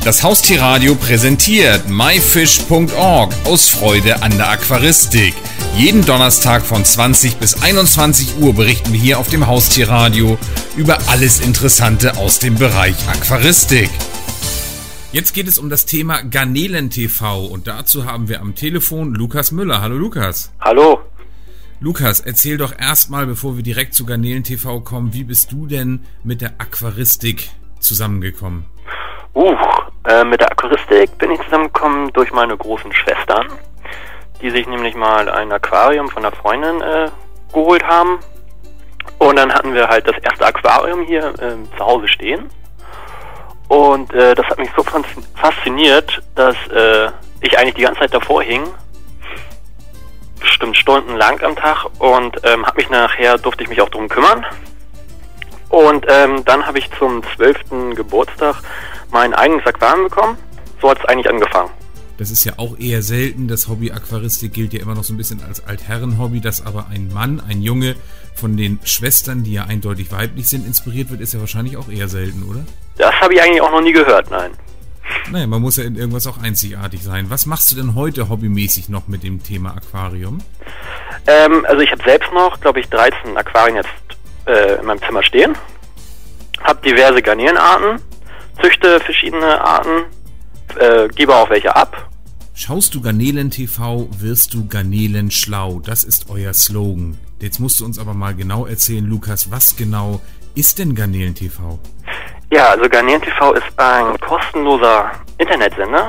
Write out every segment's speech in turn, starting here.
Das Haustierradio präsentiert myfish.org aus Freude an der Aquaristik. Jeden Donnerstag von 20 bis 21 Uhr berichten wir hier auf dem Haustierradio über alles Interessante aus dem Bereich Aquaristik. Jetzt geht es um das Thema Garnelen TV und dazu haben wir am Telefon Lukas Müller. Hallo Lukas. Hallo. Lukas, erzähl doch erstmal, bevor wir direkt zu Garnelen TV kommen, wie bist du denn mit der Aquaristik zusammengekommen? Mit der Aquaristik bin ich zusammengekommen durch meine großen Schwestern, die sich nämlich mal ein Aquarium von einer Freundin geholt haben. Und dann hatten wir halt das erste Aquarium hier zu Hause stehen. Und das hat mich so fasziniert, dass ich eigentlich die ganze Zeit davor hing, bestimmt stundenlang am Tag, und durfte ich mich auch drum kümmern. Und dann habe ich zum 12. Geburtstag mein eigenes Aquarium bekommen. So hat es eigentlich angefangen. Das ist ja auch eher selten. Das Hobby Aquaristik gilt ja immer noch so ein bisschen als Altherren-Hobby, dass aber ein Mann, ein Junge von den Schwestern, die ja eindeutig weiblich sind, inspiriert wird, ist ja wahrscheinlich auch eher selten, oder? Das habe ich eigentlich auch noch nie gehört, nein. Naja, man muss ja in irgendwas auch einzigartig sein. Was machst du denn heute hobbymäßig noch mit dem Thema Aquarium? Also ich habe selbst noch, glaube ich, 13 Aquarien jetzt in meinem Zimmer stehen. Habe diverse Garnelenarten, züchte verschiedene Arten, gebe auch welche ab. Schaust du Garnelen TV, wirst du Garnelen schlau. Das ist euer Slogan. Jetzt musst du uns aber mal genau erzählen, Lukas, was genau ist denn Garnelen TV? Ja, also Garnelen TV ist ein kostenloser Internetsender,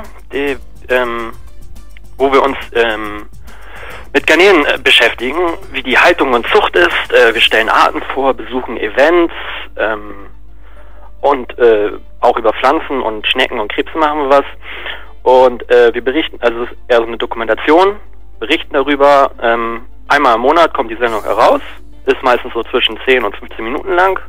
wo wir uns mit Garnelen beschäftigen, wie die Haltung und Zucht ist. Wir stellen Arten vor, besuchen Events und auch über Pflanzen und Schnecken und Krebse machen wir was. Und wir berichten, also es ist eher so eine Dokumentation, berichten darüber. Einmal im Monat kommt die Sendung heraus, ist meistens so zwischen 10 und 15 Minuten lang.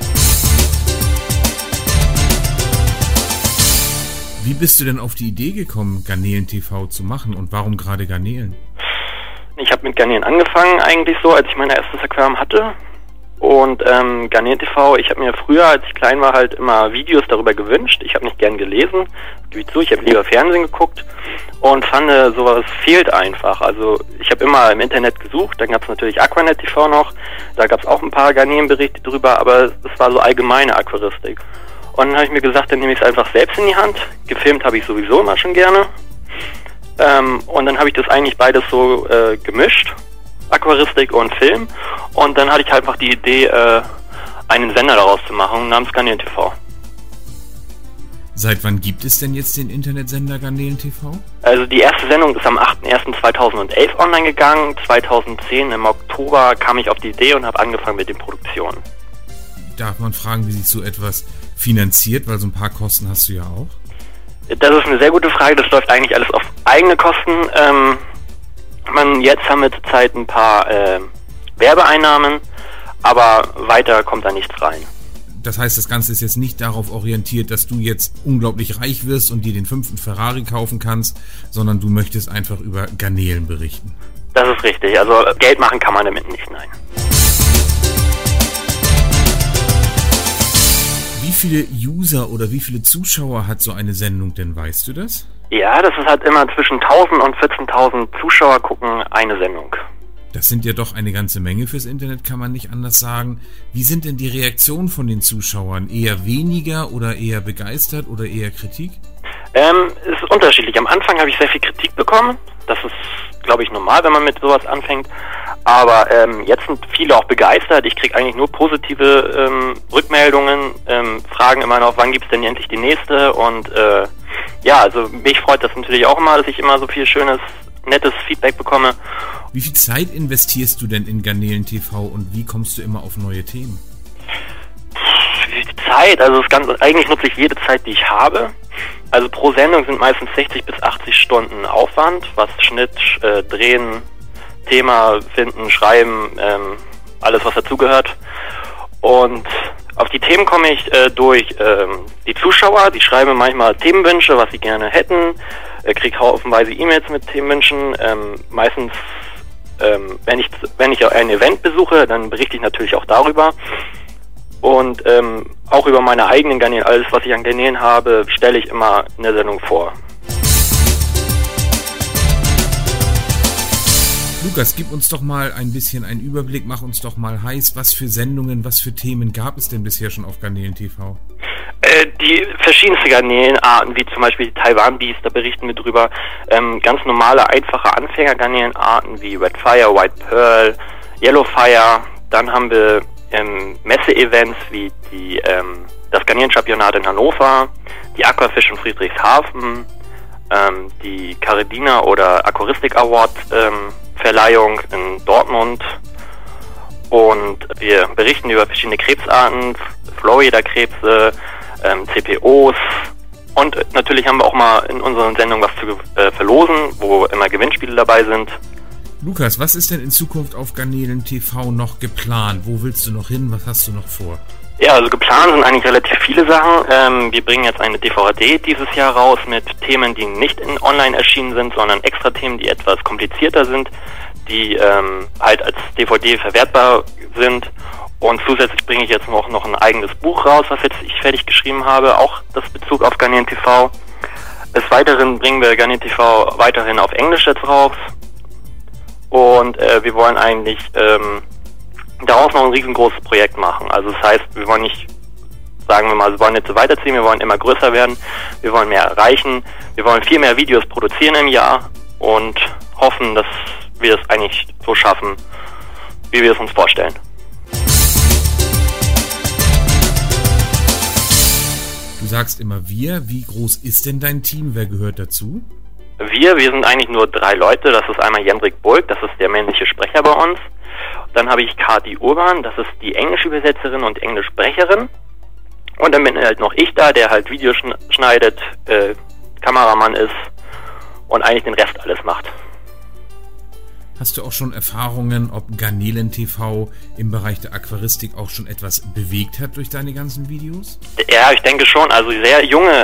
Wie bist du denn auf die Idee gekommen, Garnelen TV zu machen, und warum gerade Garnelen? Ich habe mit Garnelen angefangen eigentlich so, als ich mein erstes Aquarium hatte. Und Garnelen TV, ich habe mir früher, als ich klein war, halt immer Videos darüber gewünscht. Ich habe nicht gern gelesen, gebe ich zu, ich habe lieber Fernsehen geguckt und fand, sowas fehlt einfach. Also ich habe immer im Internet gesucht, dann gab es natürlich Aquanet TV noch, da gab es auch ein paar Garnelenberichte drüber, aber es war so allgemeine Aquaristik. Und dann habe ich mir gesagt, dann nehme ich es einfach selbst in die Hand. Gefilmt habe ich sowieso immer schon gerne. Und dann habe ich das eigentlich beides so gemischt, Aquaristik und Film. Und dann hatte ich halt einfach die Idee, einen Sender daraus zu machen, namens Garnelen TV. Seit wann gibt es denn jetzt den Internetsender Garnelen TV? Also die erste Sendung ist am 8.1.2011 online gegangen. 2010 im Oktober kam ich auf die Idee und habe angefangen mit den Produktionen. Darf man fragen, wie sich so etwas finanziert? Weil so ein paar Kosten hast du ja auch. Das ist eine sehr gute Frage. Das läuft eigentlich alles auf eigene Kosten. Jetzt haben wir zurzeit ein paar Werbeeinnahmen, aber weiter kommt da nichts rein. Das heißt, das Ganze ist jetzt nicht darauf orientiert, dass du jetzt unglaublich reich wirst und dir den 5. Ferrari kaufen kannst, sondern du möchtest einfach über Garnelen berichten. Das ist richtig. Also Geld machen kann man damit nicht, nein. Wie viele User oder wie viele Zuschauer hat so eine Sendung denn, weißt du das? Ja, das ist halt immer zwischen 1000 und 14.000 Zuschauer gucken eine Sendung. Das sind ja doch eine ganze Menge fürs Internet, kann man nicht anders sagen. Wie sind denn die Reaktionen von den Zuschauern? Eher weniger oder eher begeistert oder eher Kritik? Es ist unterschiedlich. Am Anfang habe ich sehr viel Kritik bekommen. Das ist, glaube ich, normal, wenn man mit sowas anfängt. Aber jetzt sind viele auch begeistert. Ich kriege eigentlich nur positive Rückmeldungen, fragen immer noch, wann gibt es denn endlich die nächste? Und also mich freut das natürlich auch immer, dass ich immer so viel schönes, nettes Feedback bekomme. Wie viel Zeit investierst du denn in Garnelen TV und wie kommst du immer auf neue Themen? Zeit, also eigentlich nutze ich jede Zeit, die ich habe. Also pro Sendung sind meistens 60 bis 80 Stunden Aufwand, was Schnitt, Drehen, Thema finden, schreiben, alles was dazugehört. Und auf die Themen komme ich durch die Zuschauer, die schreiben manchmal Themenwünsche, was sie gerne hätten. Kriege haufenweise E-Mails mit Themenwünschen. Meistens, wenn ich ein Event besuche, dann berichte ich natürlich auch darüber. Und auch über meine eigenen Garnelen, alles was ich an Garnelen habe, stelle ich immer in der Sendung vor. Lukas, gib uns doch mal ein bisschen einen Überblick, mach uns doch mal heiß, was für Sendungen, was für Themen gab es denn bisher schon auf Garnelen TV? Die verschiedensten Garnelenarten, wie zum Beispiel die Taiwan Bees, da berichten wir drüber. Ganz normale, einfache Anfängergarnelenarten wie Red Fire, White Pearl, Yellow Fire. Dann haben wir Messe-Events wie das Garnelenchampionat in Hannover, die Aquafish in Friedrichshafen, die Caridina oder Aquaristik Award Verleihung in Dortmund, und wir berichten über verschiedene Krebsarten, Florida-Krebse, CPOs, und natürlich haben wir auch mal in unseren Sendungen was zu verlosen, wo immer Gewinnspiele dabei sind. Lukas, was ist denn in Zukunft auf Garnelen TV noch geplant? Wo willst du noch hin? Was hast du noch vor? Ja, also geplant sind eigentlich relativ viele Sachen. Wir bringen jetzt eine DVD dieses Jahr raus mit Themen, die nicht in online erschienen sind, sondern extra Themen, die etwas komplizierter sind, die halt als DVD verwertbar sind. Und zusätzlich bringe ich jetzt noch ein eigenes Buch raus, was jetzt ich fertig geschrieben habe, auch das Bezug auf Garnelen TV. Des Weiteren bringen wir Garnelen TV weiterhin auf Englisch jetzt raus. Und wir wollen eigentlich daraus noch ein riesengroßes Projekt machen. Also das heißt, wir wollen nicht, sagen wir mal, wir wollen nicht so weiterziehen, wir wollen immer größer werden, wir wollen mehr erreichen, wir wollen viel mehr Videos produzieren im Jahr und hoffen, dass wir es eigentlich so schaffen, wie wir es uns vorstellen. Du sagst immer wir. Wie groß ist denn dein Team? Wer gehört dazu? Wir sind eigentlich nur 3 Leute. Das ist einmal Jendrik Bulk, das ist der männliche Sprecher bei uns. Dann habe ich Kati Urban, das ist die Englischübersetzerin und Englischsprecherin. Und dann bin halt noch ich da, der halt Videos schneidet, Kameramann ist und eigentlich den Rest alles macht. Hast du auch schon Erfahrungen, ob Garnelen TV im Bereich der Aquaristik auch schon etwas bewegt hat durch deine ganzen Videos? Ja, ich denke schon. Also sehr junge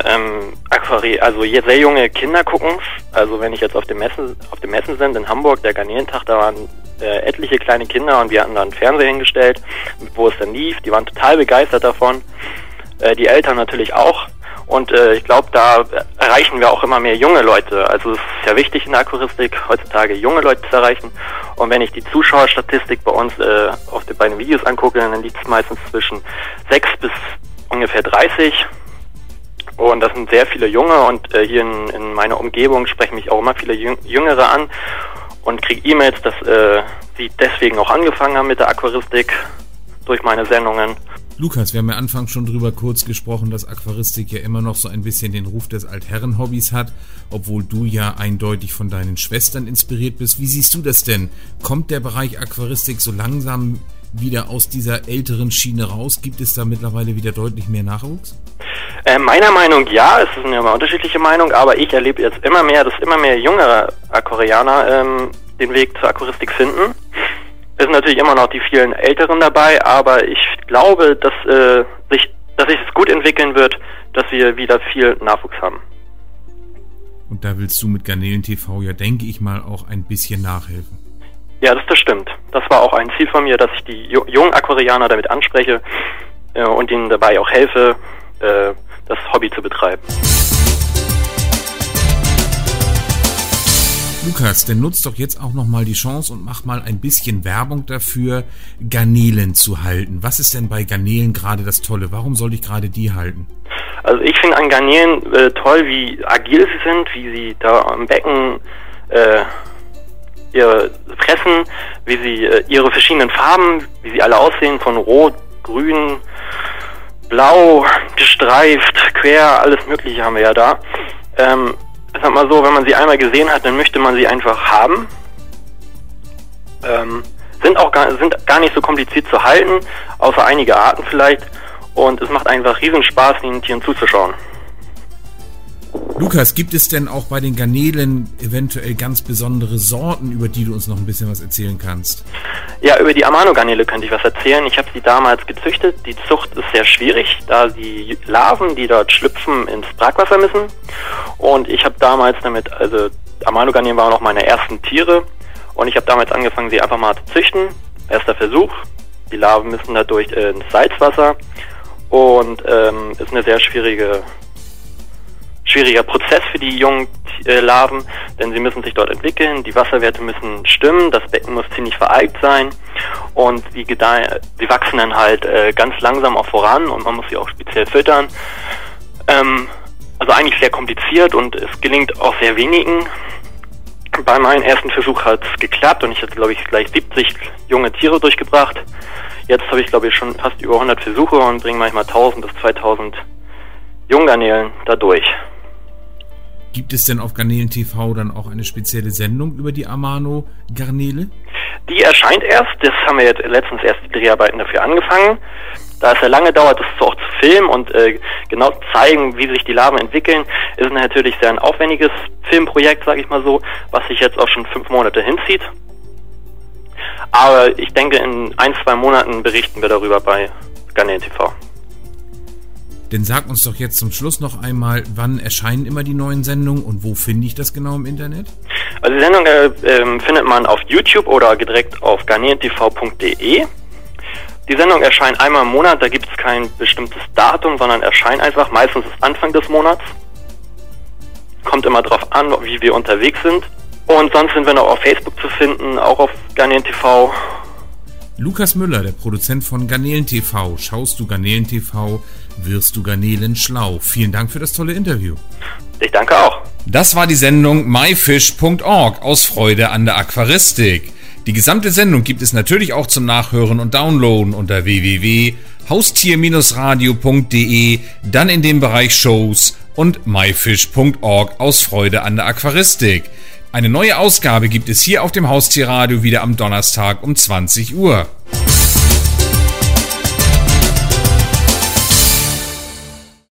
sehr junge Kinder gucken's. Also wenn ich jetzt auf den Messen sind in Hamburg, der Garnelentag, da waren etliche kleine Kinder und wir hatten da einen Fernseher hingestellt, wo es dann lief. Die waren total begeistert davon. Die Eltern natürlich auch. Und ich glaube, da erreichen wir auch immer mehr junge Leute. Also es ist ja wichtig in der Aquaristik, heutzutage junge Leute zu erreichen. Und wenn ich die Zuschauerstatistik bei uns bei den Videos angucke, dann liegt es meistens zwischen 6 bis ungefähr 30. Und das sind sehr viele Junge. Und hier in meiner Umgebung sprechen mich auch immer viele Jüngere an und kriege E-Mails, dass sie deswegen auch angefangen haben mit der Aquaristik durch meine Sendungen. Lukas, wir haben ja anfangs schon drüber kurz gesprochen, dass Aquaristik ja immer noch so ein bisschen den Ruf des Altherren-Hobbys hat, obwohl du ja eindeutig von deinen Schwestern inspiriert bist. Wie siehst du das denn? Kommt der Bereich Aquaristik so langsam wieder aus dieser älteren Schiene raus? Gibt es da mittlerweile wieder deutlich mehr Nachwuchs? Meiner Meinung ja, es ist eine immer unterschiedliche Meinung, aber ich erlebe jetzt immer mehr, dass immer mehr jüngere Aquarianer den Weg zur Aquaristik finden. Es sind natürlich immer noch die vielen Älteren dabei, aber ich glaube, dass sich es gut entwickeln wird, dass wir wieder viel Nachwuchs haben. Und da willst du mit Garnelen TV ja, denke ich mal, auch ein bisschen nachhelfen. Ja, das stimmt. Das war auch ein Ziel von mir, dass ich die jungen Aquarianer damit anspreche und ihnen dabei auch helfe, das Hobby zu betreiben. Lukas, dann nutzt doch jetzt auch nochmal die Chance und mach mal ein bisschen Werbung dafür, Garnelen zu halten. Was ist denn bei Garnelen gerade das Tolle? Warum soll ich gerade die halten? Also ich finde an Garnelen toll, wie agil sie sind, wie sie da am Becken fressen, wie sie ihre verschiedenen Farben, wie sie alle aussehen, von Rot, Grün, Blau, gestreift, quer, alles Mögliche haben wir ja da. Ich sag mal so, wenn man sie einmal gesehen hat, dann möchte man sie einfach haben. Sind gar nicht so kompliziert zu halten, außer einige Arten vielleicht. Und es macht einfach riesen Spaß, den Tieren zuzuschauen. Lukas, gibt es denn auch bei den Garnelen eventuell ganz besondere Sorten, über die du uns noch ein bisschen was erzählen kannst? Ja, über die Amano-Garnele könnte ich was erzählen. Ich habe sie damals gezüchtet. Die Zucht ist sehr schwierig, da die Larven, die dort schlüpfen, ins Brackwasser müssen. Und ich habe damals Amano-Garnelen waren auch meine ersten Tiere. Und ich habe damals angefangen, sie einfach mal zu züchten. Erster Versuch. Die Larven müssen dadurch ins Salzwasser und ist eine sehr schwieriger Prozess für die jungen Larven, denn sie müssen sich dort entwickeln, die Wasserwerte müssen stimmen, das Becken muss ziemlich veralgt sein und sie wachsen dann halt ganz langsam auch voran und man muss sie auch speziell füttern. Also eigentlich sehr kompliziert und es gelingt auch sehr wenigen. Bei meinem ersten Versuch hat es geklappt und ich hatte, glaube ich, gleich 70 junge Tiere durchgebracht. Jetzt habe ich, glaube ich, schon fast über 100 Versuche und bringe manchmal 1000 bis 2000 Junggarnelen da durch. Gibt es denn auf Garnelen TV dann auch eine spezielle Sendung über die Amano-Garnele? Die erscheint erst, das haben wir jetzt letztens erst die Dreharbeiten dafür angefangen. Da es ja lange dauert, das auch zu filmen und genau zeigen, wie sich die Larven entwickeln, ist natürlich sehr ein aufwendiges Filmprojekt, sage ich mal so, was sich jetzt auch schon 5 Monate hinzieht. Aber ich denke, in 1-2 Monaten berichten wir darüber bei Garnelen TV. Denn sag uns doch jetzt zum Schluss noch einmal, wann erscheinen immer die neuen Sendungen und wo finde ich das genau im Internet? Also die Sendung findet man auf YouTube oder direkt auf garnelentv.de. Die Sendung erscheint einmal im Monat, da gibt es kein bestimmtes Datum, sondern erscheint einfach, meistens ist Anfang des Monats. Kommt immer drauf an, wie wir unterwegs sind. Und sonst sind wir noch auf Facebook zu finden, auch auf Garnelen TV. Lukas Müller, der Produzent von Garnelen TV. Schaust du Garnelen TV, wirst du Garnelen schlau. Vielen Dank für das tolle Interview. Ich danke auch. Das war die Sendung myfish.org aus Freude an der Aquaristik. Die gesamte Sendung gibt es natürlich auch zum Nachhören und Downloaden unter www.haustier-radio.de, dann in dem Bereich Shows und myfish.org aus Freude an der Aquaristik. Eine neue Ausgabe gibt es hier auf dem Haustierradio wieder am Donnerstag um 20 Uhr.